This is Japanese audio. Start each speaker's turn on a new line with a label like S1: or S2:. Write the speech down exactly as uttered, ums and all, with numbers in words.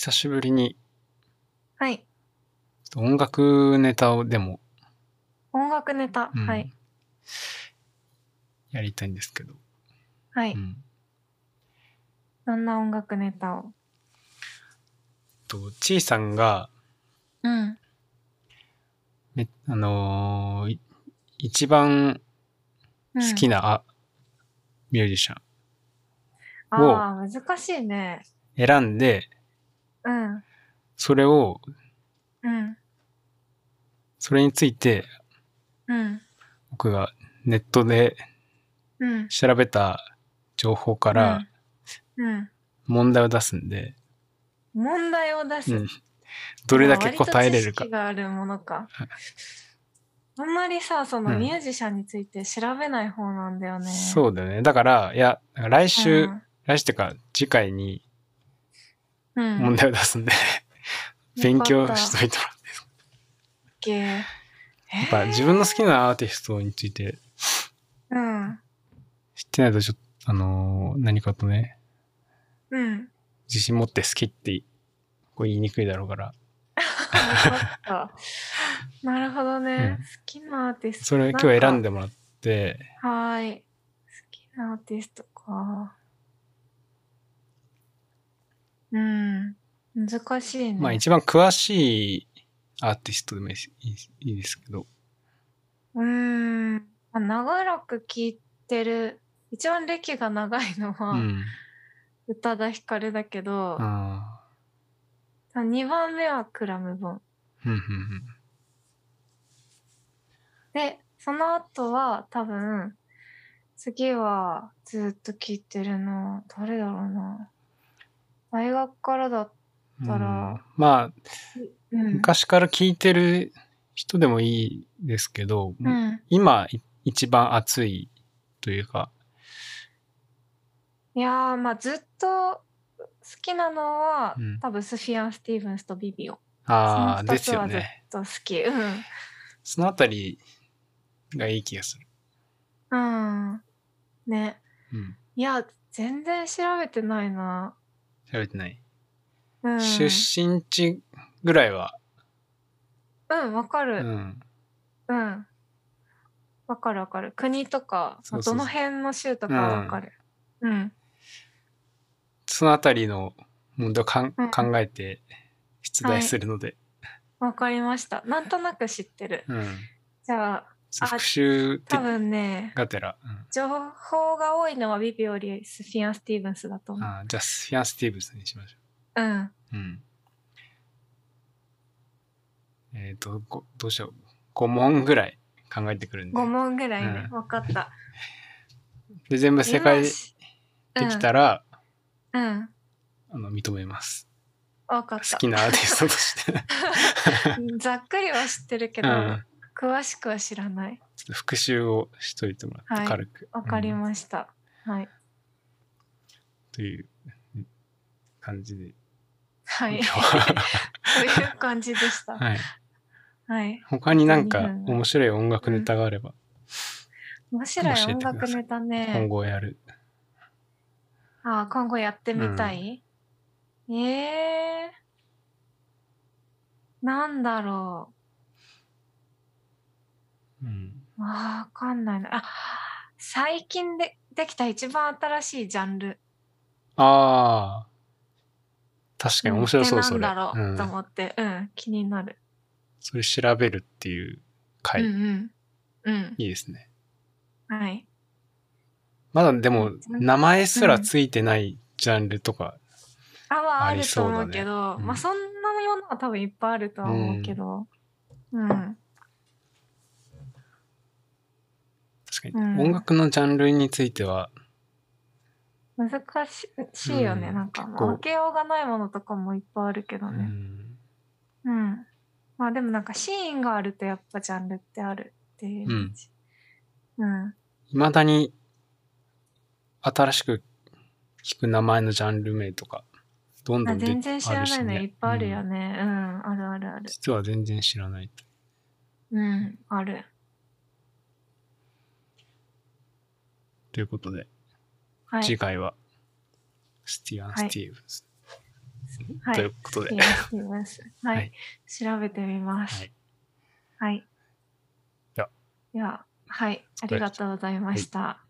S1: 久しぶりに
S2: はい。
S1: 音楽ネタをでも、
S2: 音楽ネタ、
S1: うん、
S2: はい。
S1: やりたいんですけど。
S2: はい。
S1: うん、
S2: どんな音楽ネタを？
S1: と、ちいさんが、
S2: うん。
S1: めあのー、一番
S2: うん。
S1: 好きなあミュージシャンを
S2: ああ、難しいね。
S1: 選んで、
S2: うん。
S1: それを、
S2: うん。
S1: それについて
S2: うん。
S1: 僕がネットで
S2: うん。
S1: 調べた情報から
S2: うん。うん。
S1: 問題を出すんで、
S2: 問題を出す。
S1: うん、どれ
S2: じゃ
S1: だけ
S2: あ割と知
S1: 答えれるか。
S2: 識があるものか。あんまりさ、そのミ
S1: うん、
S2: ュージシャンについて調べない方なんだよね。
S1: そうだよね。だから、いや、来
S2: う
S1: 週、
S2: ん。
S1: 来週ってか次回に
S2: うん。
S1: 問題を出すんで
S2: よ
S1: 勉
S2: かった。
S1: 強しといてもらっていいですか。
S2: オッケー。え
S1: やっぱ自分の好き
S2: ー。
S1: なアーティストについて
S2: うん。
S1: 知ってないとちょっと、あのー、何かとね、
S2: うん。
S1: 自信持って好きってこう言いにくいだろうから。
S2: わかった。なるほどね。好
S1: うん。
S2: きなアーティスト。
S1: それ今日選ん
S2: なんか、
S1: でもらって、
S2: はーい。好きなアーティストか。うん。難しいね。
S1: まあ一番詳しいアーティストでもいいいいですけど。
S2: うーん。まあ長らく聴いてる、一番歴が長いのは、
S1: うん。
S2: 宇多田ヒカルだけど、
S1: あ
S2: にばんめはクラムボン。
S1: あ。うん、うん、
S2: で、その後は多分、次はずっと聴いてるの、誰だろうな。大学からだっ
S1: うん。
S2: た
S1: うん。
S2: ら、
S1: まあ、
S2: うん。
S1: 昔から聞いてる人でもいいですけど、
S2: うん。
S1: 今一番熱いというか、
S2: いやー、まあずっと好きなのは、
S1: うん。
S2: 多分スフィアン・スティーブンスとビビオ。その
S1: ああ、で
S2: 二つはずっ
S1: すよね。
S2: と好き。うん。
S1: そのあたりがいい気がする。
S2: うん。ね。
S1: うん。
S2: いや、全然調べてないな。
S1: 調べてない。
S2: う
S1: 出
S2: ん。
S1: 身地ぐらいは、
S2: うん、わかる。
S1: うん。
S2: うん。わかるわかる。国とか、まあ、どの
S1: そうそうそ
S2: 辺の州と
S1: う。う
S2: かはわか
S1: ん。
S2: る。うん。
S1: そのあたりの問題をかん
S2: うん。
S1: 考えて出題
S2: はい。
S1: するので、
S2: わかりました。なんとなく知ってる。
S1: うん。
S2: じゃあ、
S1: 復
S2: あ、多
S1: 習的
S2: 分ね、
S1: がてら、うん。
S2: 情報が多いのはビビよりスフィアン・スティーブンスだと思う。
S1: あ、じゃあ、スフィアン・スティーブスにしましょ
S2: うん。
S1: う。うん。えっ、ー、と、どうしよう。ご問ぐらい考えてくるん
S2: ご
S1: で。
S2: 問ぐらいね。
S1: うん。
S2: わかった。
S1: で、全部正解
S2: 今し、う
S1: でき
S2: ん。
S1: たら、
S2: うん。
S1: あの、認めます。
S2: わかった。
S1: 好きなアーティストとして
S2: ざっくりは知ってるけど、
S1: うん。
S2: 詳しくは知らない。
S1: ちょっと復習をしといてもらって、
S2: はい。
S1: 軽く。
S2: わかり
S1: うん。
S2: ました。はい。
S1: という感じで。
S2: はい。
S1: 今日は
S2: という感じでした。
S1: はい。
S2: はい。
S1: 他に
S2: あと
S1: なんか
S2: にふんぐらい。
S1: 面白い音楽ネ
S2: うん。
S1: タがあれば
S2: 面
S1: 教
S2: 白い音
S1: えてください。
S2: 楽ネタ
S1: 今
S2: ね。
S1: 後やる。
S2: ああ、今後やってみた
S1: うん。
S2: い？ええー、なんだろ
S1: うん。
S2: う。わかんないな。あ、最近でできた一番新しいジャンル。
S1: ああ、確か
S2: うん。
S1: に面白そう、
S2: ってなん
S1: それ。
S2: だろうと
S1: うん。
S2: 思って、うん。気になる。
S1: それ調べるっていう
S2: うん
S1: 回。
S2: うん。うん。
S1: いいですね。
S2: はい。
S1: まだでも、名前すら
S2: うん。
S1: ついてないジャンルとか
S2: あは
S1: あり
S2: あると思うけ
S1: そうだね。
S2: ど、まあ、
S1: うん。
S2: そんなものは多分いっぱいあると
S1: う
S2: は思うけ
S1: ん。
S2: ど。うん。
S1: 確かに。
S2: うん。
S1: 音楽のジャンルについては、
S2: 難し
S1: う
S2: しいよね。な
S1: ん、
S2: んか、
S1: 結構、
S2: 分けようがないものとかもいっぱいあるけど
S1: う
S2: ね。
S1: ん、
S2: うん。まあでもなんかシーンがあるとやっぱジャンルってあるっていうイ
S1: うん。
S2: メージ。うん。
S1: 未だに新しく聞く名前のジャンル名とか、どんど
S2: あ、
S1: んで
S2: 全然知
S1: ある
S2: らないのい
S1: しね。
S2: っぱいあるよ
S1: うん。
S2: ね。うん。あるあるある。
S1: 実は全然知らない。
S2: うん。ある。
S1: ということで、
S2: はい。
S1: 次回は、スティアン・ス
S2: はい。
S1: ティーブンス。
S2: はい。
S1: ということで。
S2: 言います、言います。はい。
S1: はい。
S2: 調べてみま
S1: は
S2: す。
S1: い。
S2: はい。
S1: では。
S2: では、はい。ありがとうございました。